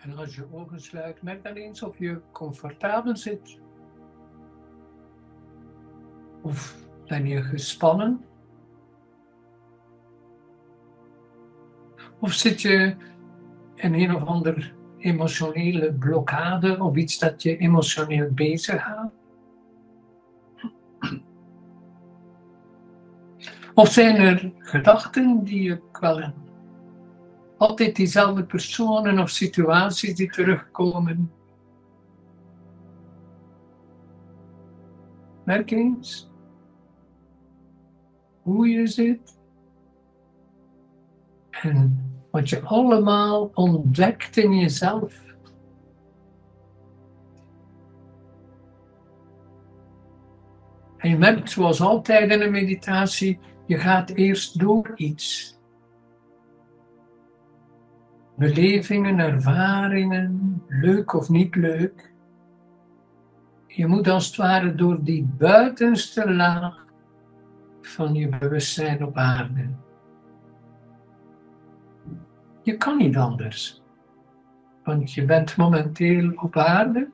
En als je ogen sluit, merk dan eens of je comfortabel zit. Of ben je gespannen? Of zit je in een of ander emotionele blokkade of iets dat je emotioneel bezighoudt? Of zijn er gedachten die je kwellen? Altijd diezelfde personen of situaties die terugkomen. Merk eens hoe je zit en wat je allemaal ontdekt in jezelf. En je merkt, zoals altijd in een meditatie, je gaat eerst door iets. Belevingen, ervaringen, leuk of niet leuk. Je moet als het ware door die buitenste laag van je bewustzijn op aarde. Je kan niet anders, want je bent momenteel op aarde.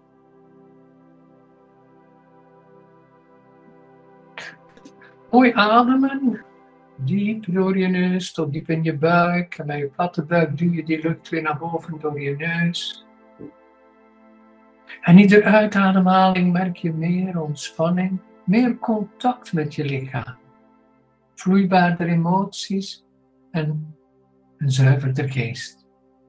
Mooi ademen, diep door je neus tot diep in je buik. En bij je platte buik duw je die lucht weer naar boven door je neus. En iedere uitademhaling merk je meer ontspanning, meer contact met je lichaam. Vloeibaarder emoties en een zuiverder geest.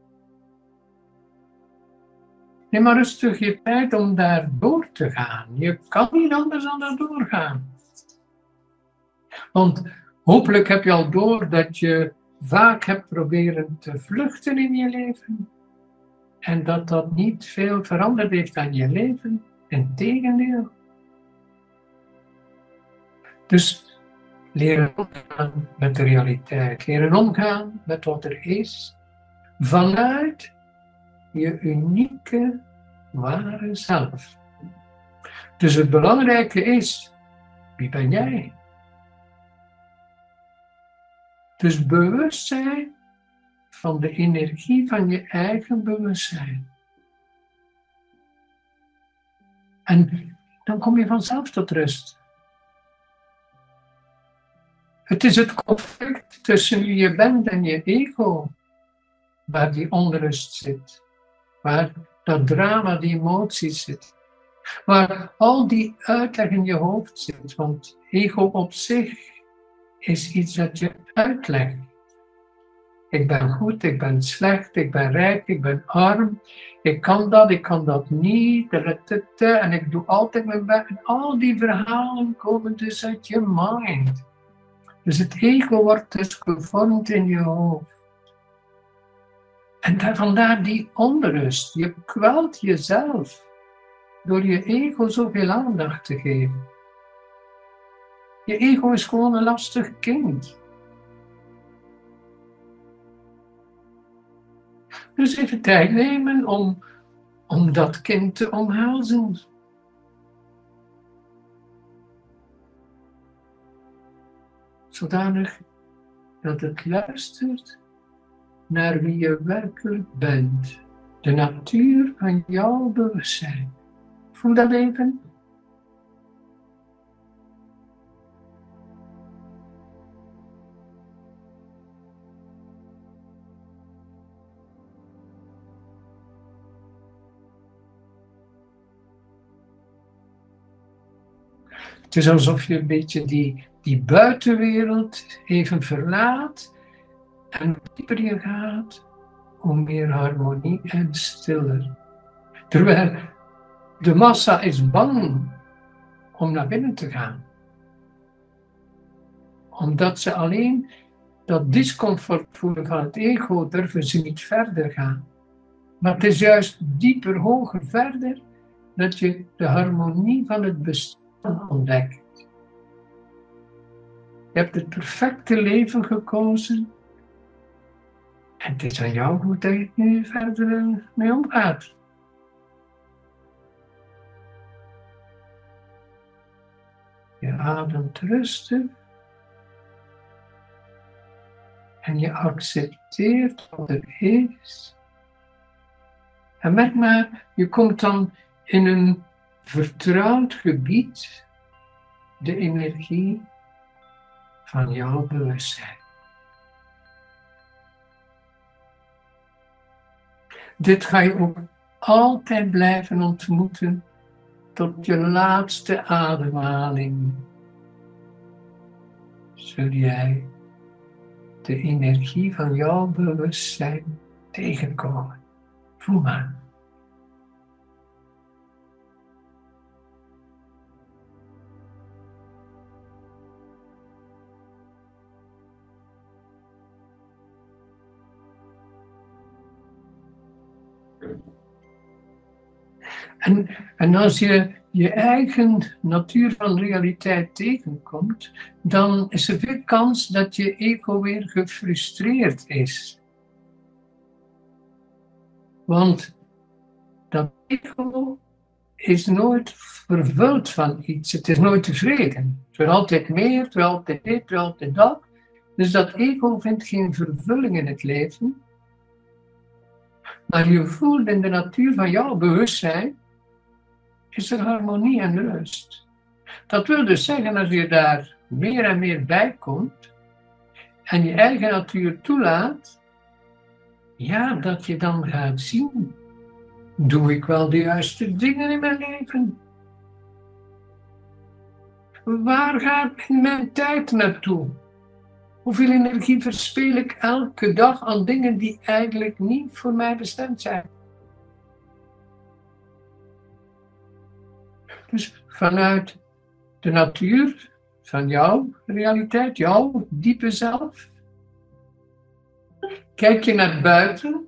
Neem maar rustig je tijd om daar door te gaan. Je kan niet anders dan daar doorgaan. Want hopelijk heb je al door dat je vaak hebt proberen te vluchten in je leven. En dat dat niet veel veranderd heeft aan je leven. Integendeel. Dus leren omgaan met de realiteit. Leren omgaan met wat er is. Vanuit je unieke, ware zelf. Dus het belangrijke is, wie ben jij? Dus bewustzijn van de energie van je eigen bewustzijn. En dan kom je vanzelf tot rust. Het is het conflict tussen wie je bent en je ego, waar die onrust zit. Waar dat drama, die emoties zit. Waar al die uitleg in je hoofd zit. Want ego op zich is iets dat je uitlegt. Ik ben goed, ik ben slecht, ik ben rijk, ik ben arm. Ik kan dat niet. En ik doe altijd mijn best. En al die verhalen komen dus uit je mind. Dus het ego wordt dus gevormd in je hoofd. En vandaar die onrust. Je kwelt jezelf door je ego zoveel aandacht te geven. Je ego is gewoon een lastig kind. Dus even tijd nemen om dat kind te omhelzen. Zodanig dat het luistert naar wie je werkelijk bent. De natuur van jouw bewustzijn. Voel dat even? Het is alsof je een beetje die buitenwereld even verlaat en hoe dieper je gaat, hoe meer harmonie en stiller. Terwijl de massa is bang om naar binnen te gaan. Omdat ze alleen dat discomfort voelen van het ego, durven ze niet verder gaan. Maar het is juist dieper, hoger, verder, dat je de harmonie van het bestaan ontdekt. Je hebt het perfecte leven gekozen. En het is aan jou hoe je nu verder mee omgaat. Je ademt rustig. En je accepteert wat er is. En merk maar, je komt dan in een vertrouwd gebied, de energie van jouw bewustzijn. Dit ga je ook altijd blijven ontmoeten tot je laatste ademhaling. Zul jij de energie van jouw bewustzijn tegenkomen. Voel maar. En als je je eigen natuur van realiteit tegenkomt, dan is er veel kans dat je ego weer gefrustreerd is. Want dat ego is nooit vervuld van iets, het is nooit tevreden. Het wil altijd meer, het wil altijd dit, het wil altijd dat. Dus dat ego vindt geen vervulling in het leven. Maar je voelt in de natuur van jouw bewustzijn, is er harmonie en rust. Dat wil dus zeggen, als je daar meer en meer bij komt, en je eigen natuur toelaat, ja, dat je dan gaat zien, doe ik wel de juiste dingen in mijn leven? Waar gaat mijn tijd naartoe? Hoeveel energie verspil ik elke dag aan dingen die eigenlijk niet voor mij bestemd zijn? Dus vanuit de natuur van jouw realiteit, jouw diepe zelf, kijk je naar buiten.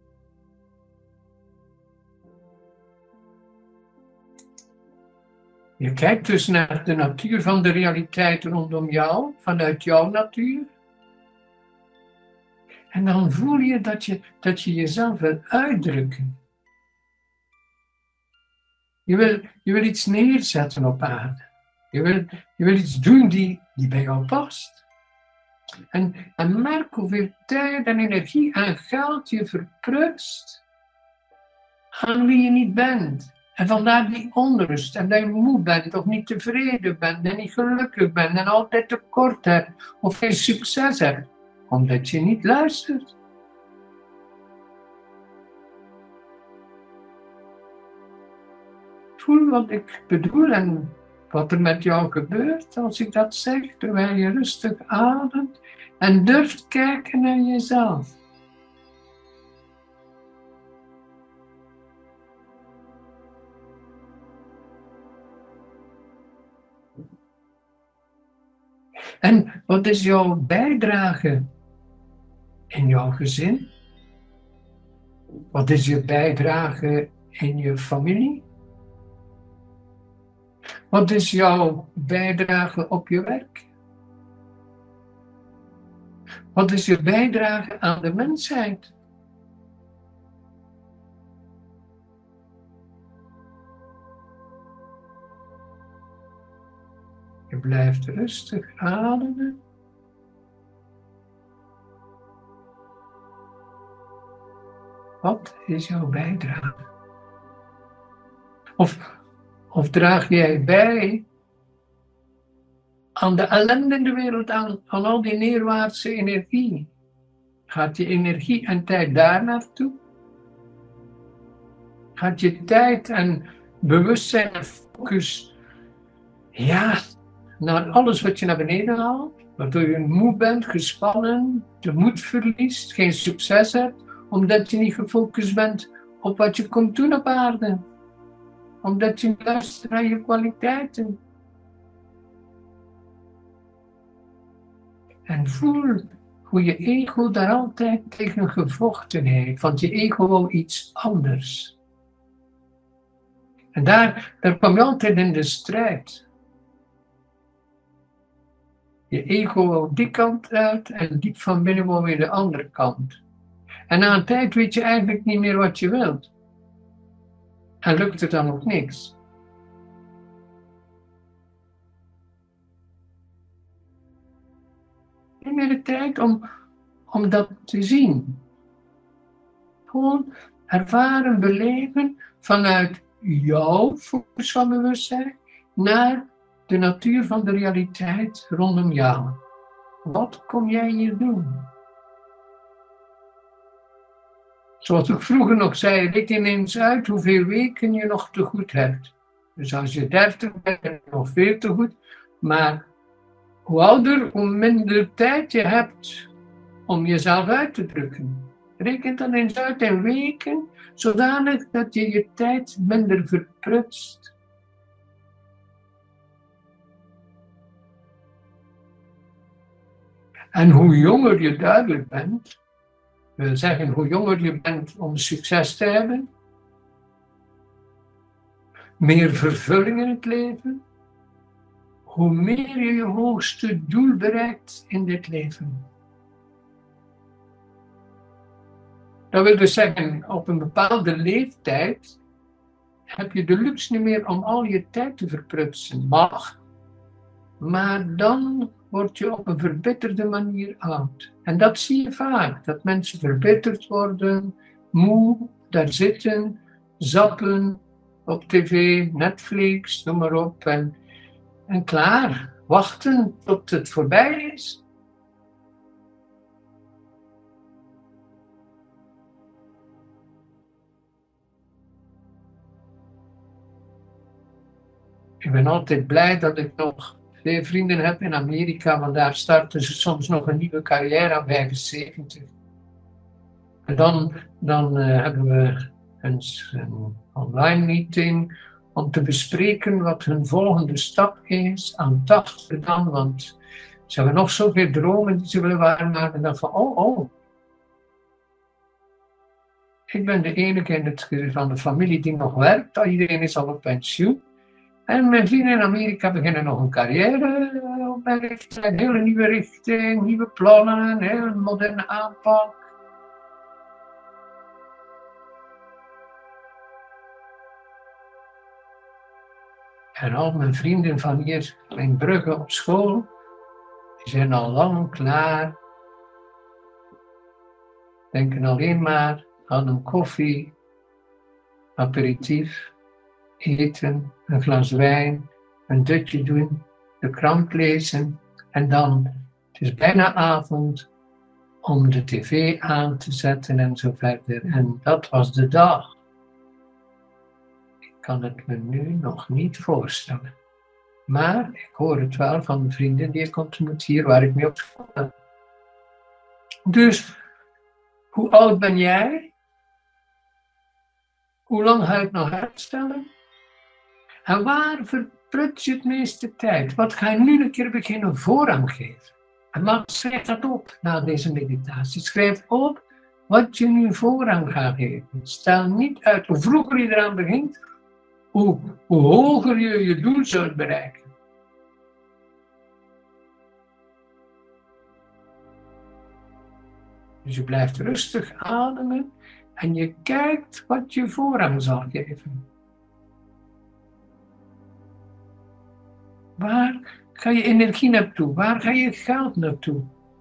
Je kijkt dus naar de natuur van de realiteit rondom jou, vanuit jouw natuur. En dan voel je dat je jezelf wil uitdrukken. Je wil iets neerzetten op aarde. Je wil iets doen die bij jou past. En merk hoeveel tijd en energie en geld je verprutst aan wie je niet bent. En vandaar die onrust en dat je moe bent of niet tevreden bent en niet gelukkig bent en altijd tekort hebt of geen succes hebt. Omdat je niet luistert. Voel wat ik bedoel en wat er met jou gebeurt als ik dat zeg, terwijl je rustig ademt en durft kijken naar jezelf. En wat is jouw bijdrage in jouw gezin? Wat is je bijdrage in je familie? Wat is jouw bijdrage op je werk? Wat is je bijdrage aan de mensheid? Je blijft rustig ademen. Wat is jouw bijdrage? Of draag jij bij aan de ellende in de wereld, aan al die neerwaartse energie? Gaat je energie en tijd daar naartoe? Gaat je tijd en bewustzijn en focus, ja, naar alles wat je naar beneden haalt, waardoor je moe bent, gespannen, de moed verliest, geen succes hebt, omdat je niet gefocust bent op wat je komt doen op aarde. Omdat je luistert naar je kwaliteiten. En voel hoe je ego daar altijd tegen gevochten heeft, want je ego wil iets anders. En daar kom je altijd in de strijd. Je ego wil die kant uit en diep van binnen wil weer de andere kant. En na een tijd weet je eigenlijk niet meer wat je wilt. En lukt het dan ook niks. Neem je de tijd om dat te zien. Gewoon ervaren, beleven vanuit jouw focus van bewustzijn naar de natuur van de realiteit rondom jou. Wat kom jij hier doen? Zoals ik vroeger nog zei, reken eens uit hoeveel weken je nog te goed hebt. Dus als je 30 bent, heb je nog veel te goed. Maar hoe ouder, hoe minder tijd je hebt om jezelf uit te drukken. Reken dan eens uit in weken, zodanig dat je je tijd minder verprutst. En hoe jonger je duidelijk bent, wil zeggen hoe jonger je bent om succes te hebben, meer vervulling in het leven, hoe meer je je hoogste doel bereikt in dit leven. Dat wil dus zeggen, op een bepaalde leeftijd heb je de luxe niet meer om al je tijd te verprutsen. Mag, maar dan word je op een verbitterde manier oud. En dat zie je vaak, dat mensen verbitterd worden, moe, daar zitten, zappen, op tv, Netflix, noem maar op. En klaar, wachten tot het voorbij is. Ik ben altijd blij dat ik nog veel vrienden heb in Amerika, want daar starten ze soms nog een nieuwe carrière aan 75. En dan hebben we een online meeting om te bespreken wat hun volgende stap is, aan 80 dan, want ze hebben nog zoveel dromen die ze willen waarmaken. En dan van, ik ben de enige van de familie die nog werkt, iedereen is al op pensioen. En mijn vrienden in Amerika beginnen nog een carrière op mijn leeftijd, een hele nieuwe richting, nieuwe plannen, een hele moderne aanpak. En al mijn vrienden van hier in Brugge op school, die zijn al lang klaar, denken alleen maar aan een koffie, aperitief, eten, een glas wijn, een dutje doen, de krant lezen en dan, het is bijna avond, om de tv aan te zetten en zo verder. En dat was de dag. Ik kan het me nu nog niet voorstellen. Maar ik hoor het wel van de vrienden die ik ontmoet hier waar ik mee op school ben. Dus, hoe oud ben jij? Hoe lang ga je het nog uitstellen? En waar verprut je het meeste tijd? Wat ga je nu een keer beginnen voorrang geven? En schrijf dat op na deze meditatie. Schrijf op wat je nu voorrang gaat geven. Stel niet uit hoe vroeger je eraan begint, hoe hoger je je doel zult bereiken. Dus je blijft rustig ademen en je kijkt wat je voorrang zal geven. Waar ga je energie naartoe? Waar ga je geld naartoe?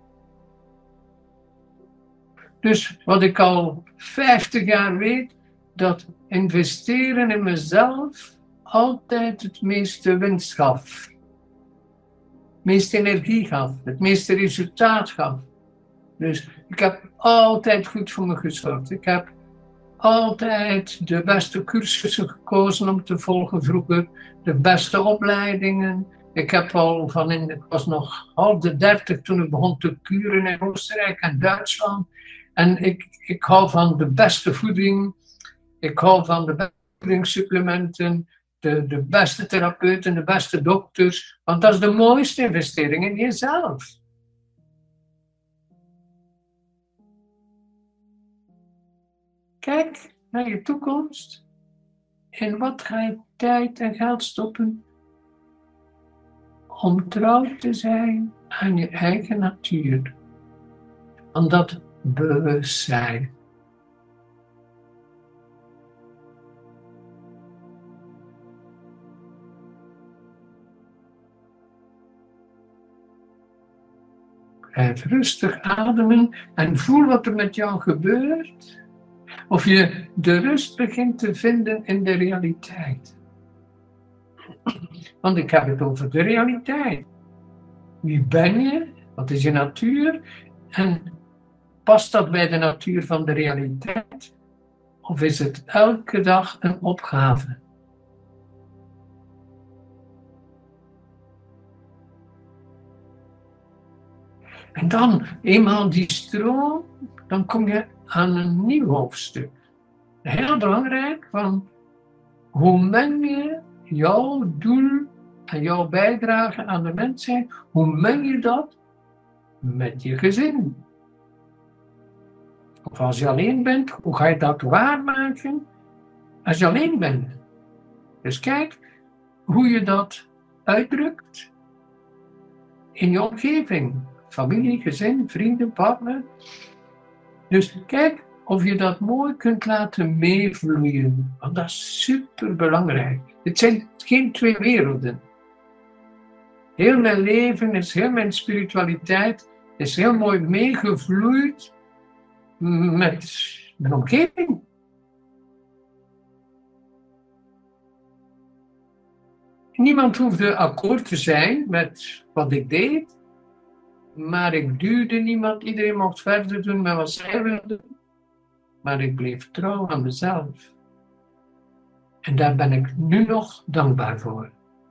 Dus wat ik al 50 jaar weet, dat investeren in mezelf altijd het meeste winst gaf. Het meeste energie gaf, het meeste resultaat gaf. Dus ik heb altijd goed voor me gezorgd. Ik heb altijd de beste cursussen gekozen om te volgen vroeger, de beste opleidingen. Ik heb al ik was nog half de 30 toen ik begon te kuren in Oostenrijk en Duitsland. En ik hou van de beste voeding, ik hou van de beste voedingssupplementen, de beste therapeuten, de beste dokters. Want dat is de mooiste investering in jezelf. Kijk naar je toekomst. In wat ga je tijd en geld stoppen om trouw te zijn aan je eigen natuur. Aan dat bewustzijn. Blijf rustig ademen en voel wat er met jou gebeurt Of je de rust begint te vinden in de realiteit. Want ik heb het over de realiteit. Wie ben je? Wat is je natuur? En past dat bij de natuur van de realiteit? Of is het elke dag een opgave? En dan, eenmaal die stroom, dan kom je aan een nieuw hoofdstuk. Heel belangrijk, van hoe meng je jouw doel en jouw bijdrage aan de mensheid, hoe meng je dat met je gezin? Of als je alleen bent, hoe ga je dat waarmaken als je alleen bent? Dus kijk hoe je dat uitdrukt in je omgeving. Familie, gezin, vrienden, partner. Dus kijk of je dat mooi kunt laten meevloeien. Want dat is super belangrijk. Het zijn geen twee werelden. Heel mijn leven heel mijn spiritualiteit is heel mooi meegevloeid met mijn omgeving. Niemand hoefde akkoord te zijn met wat ik deed. Maar ik duwde niemand, iedereen mocht verder doen met wat zij wilde. Maar ik bleef trouw aan mezelf. En daar ben ik nu nog dankbaar voor.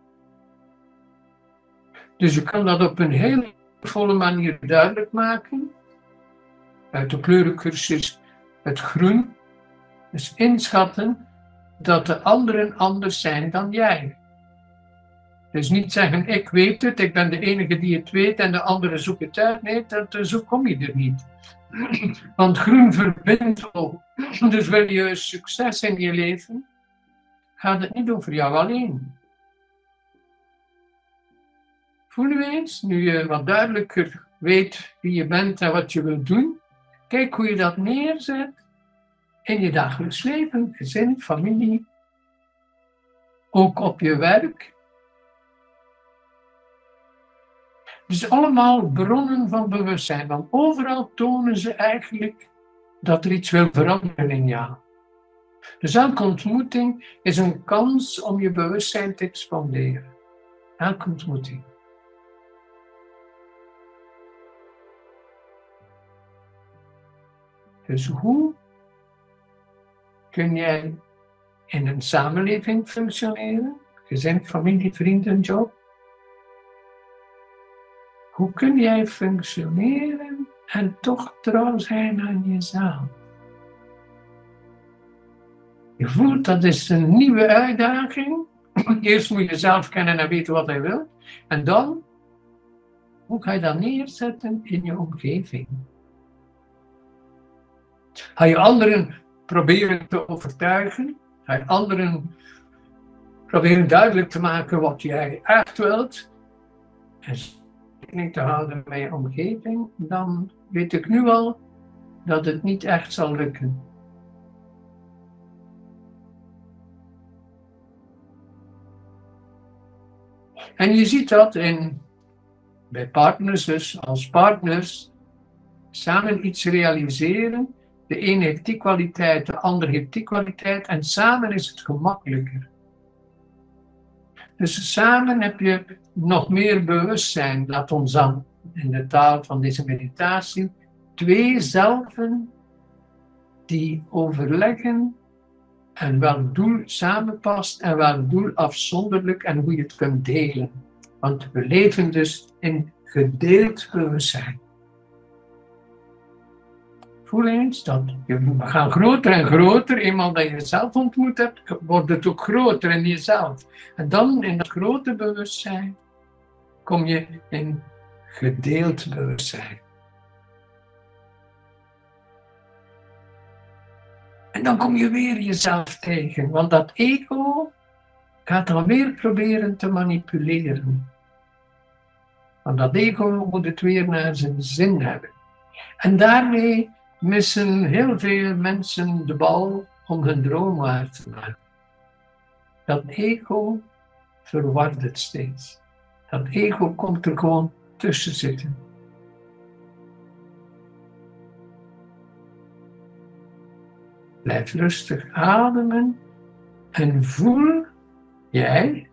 Dus je kan dat op een hele volle manier duidelijk maken. Uit de kleurencursus het groen. Dus inschatten dat de anderen anders zijn dan jij. Dus niet zeggen, ik weet het, ik ben de enige die het weet en de anderen zoeken het uit. Nee, zo kom je er niet. Want groen verbindt ook. Dus wil je succes in je leven, gaat het niet over jou alleen. Voel je eens, nu je wat duidelijker weet wie je bent en wat je wilt doen, kijk hoe je dat neerzet in je dagelijks leven, gezin, familie, ook op je werk. Dus allemaal bronnen van bewustzijn, want overal tonen ze eigenlijk dat er iets wil veranderen in jou. Dus elke ontmoeting is een kans om je bewustzijn te expanderen. Elke ontmoeting. Dus hoe kun jij in een samenleving functioneren? Gezin, familie, vrienden, job. Hoe kun jij functioneren en toch trouw zijn aan jezelf? Je voelt dat is een nieuwe uitdaging. Eerst moet je jezelf kennen en weten wat je wilt. En dan, hoe ga je dat neerzetten in je omgeving? Ga je anderen proberen te overtuigen? Ga je anderen proberen duidelijk te maken wat jij echt wilt? En rekening te houden met je omgeving, dan weet ik nu al dat het niet echt zal lukken. En je ziet dat bij partners, dus als partners samen iets realiseren. De een heeft die kwaliteit, de ander heeft die kwaliteit en samen is het gemakkelijker. Dus samen heb je nog meer bewustzijn, laat ons dan in de taal van deze meditatie, twee zelven die overleggen en welk doel samenpast en welk doel afzonderlijk en hoe je het kunt delen. Want we leven dus in gedeeld bewustzijn. Voel eens dat we gaan groter en groter. Eenmaal dat je jezelf ontmoet hebt, wordt het ook groter in jezelf. En dan in dat grote bewustzijn kom je in gedeeld bewustzijn. En dan kom je weer jezelf tegen, want dat ego gaat dan weer proberen te manipuleren. Want dat ego moet het weer naar zijn zin hebben. En daarmee missen heel veel mensen de bal om hun droom waar te maken. Dat ego verward het steeds. Dat ego komt er gewoon tussen zitten. Blijf rustig ademen en voel jij,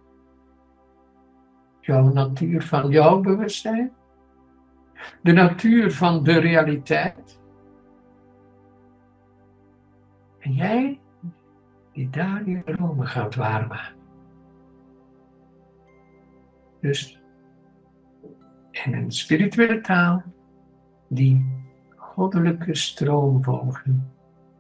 jouw natuur van jouw bewustzijn, de natuur van de realiteit. En jij die daar je dromen gaat waarmaken. Dus in een spirituele taal die goddelijke stroom volgen.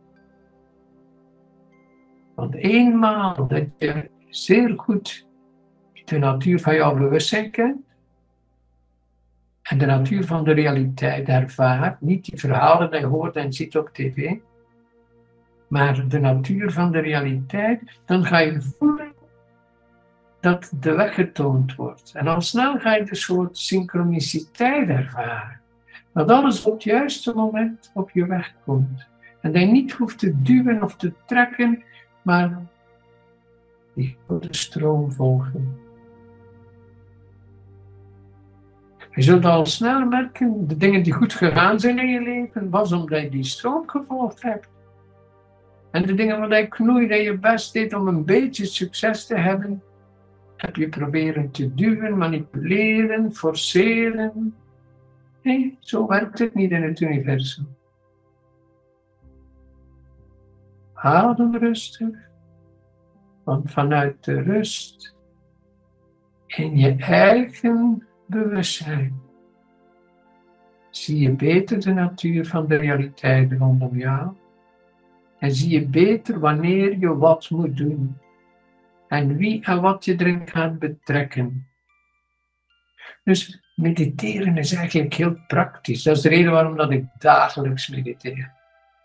Want eenmaal dat je zeer goed de natuur van jouw bewustzijn kent en de natuur van de realiteit ervaart, niet die verhalen die je hoort en ziet op tv, maar de natuur van de realiteit, dan ga je voelen dat de weg getoond wordt. En al snel ga je een soort synchroniciteit ervaren. Dat alles op het juiste moment op je weg komt. En dat je niet hoeft te duwen of te trekken, maar die grote stroom volgen. Je zult al snel merken, de dingen die goed gegaan zijn in je leven, was omdat je die stroom gevolgd hebt. En de dingen waar je knoeide en je best deed om een beetje succes te hebben, heb je proberen te duwen, manipuleren, forceren. Nee, zo werkt het niet in het universum. Adem rustig, want vanuit de rust in je eigen bewustzijn zie je beter de natuur van de realiteit rondom jou en zie je beter wanneer je wat moet doen en wie en wat je erin gaat betrekken. Dus mediteren is eigenlijk heel praktisch. Dat is de reden waarom dat ik dagelijks mediteer.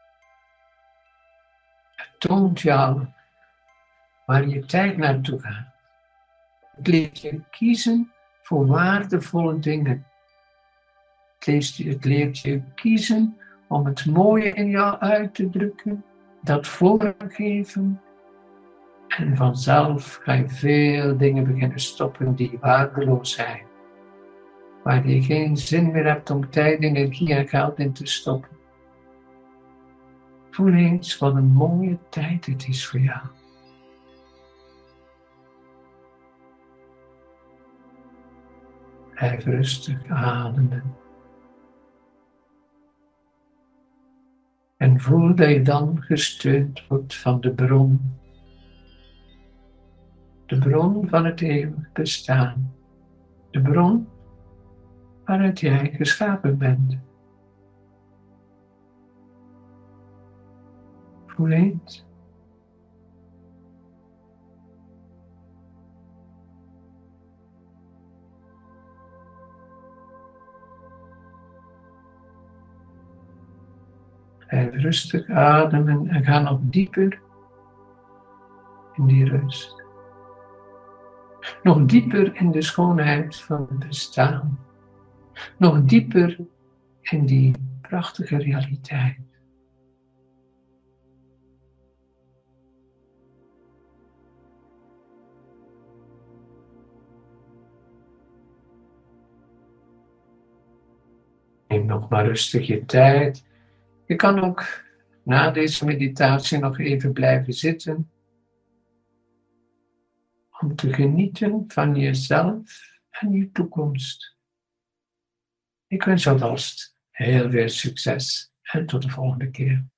Het toont jou waar je tijd naartoe gaat. Het leert je kiezen voor waardevolle dingen. Het leert je kiezen om het mooie in jou uit te drukken, dat vormgeven. En vanzelf ga je veel dingen beginnen stoppen die waardeloos zijn. Waar je geen zin meer hebt om tijd, energie en geld in te stoppen. Voel eens wat een mooie tijd het is voor jou. Blijf rustig ademen. En voel dat je dan gesteund wordt van de bron. De bron van het eeuwig bestaan. De bron waaruit jij geschapen bent. Voel eens. Blijf rustig ademen en ga nog dieper in die rust. Nog dieper in de schoonheid van het bestaan. Nog dieper in die prachtige realiteit. Neem nog maar rustig je tijd. Je kan ook na deze meditatie nog even blijven zitten. Om te genieten van jezelf en je toekomst. Ik wens alvast heel veel succes en tot de volgende keer.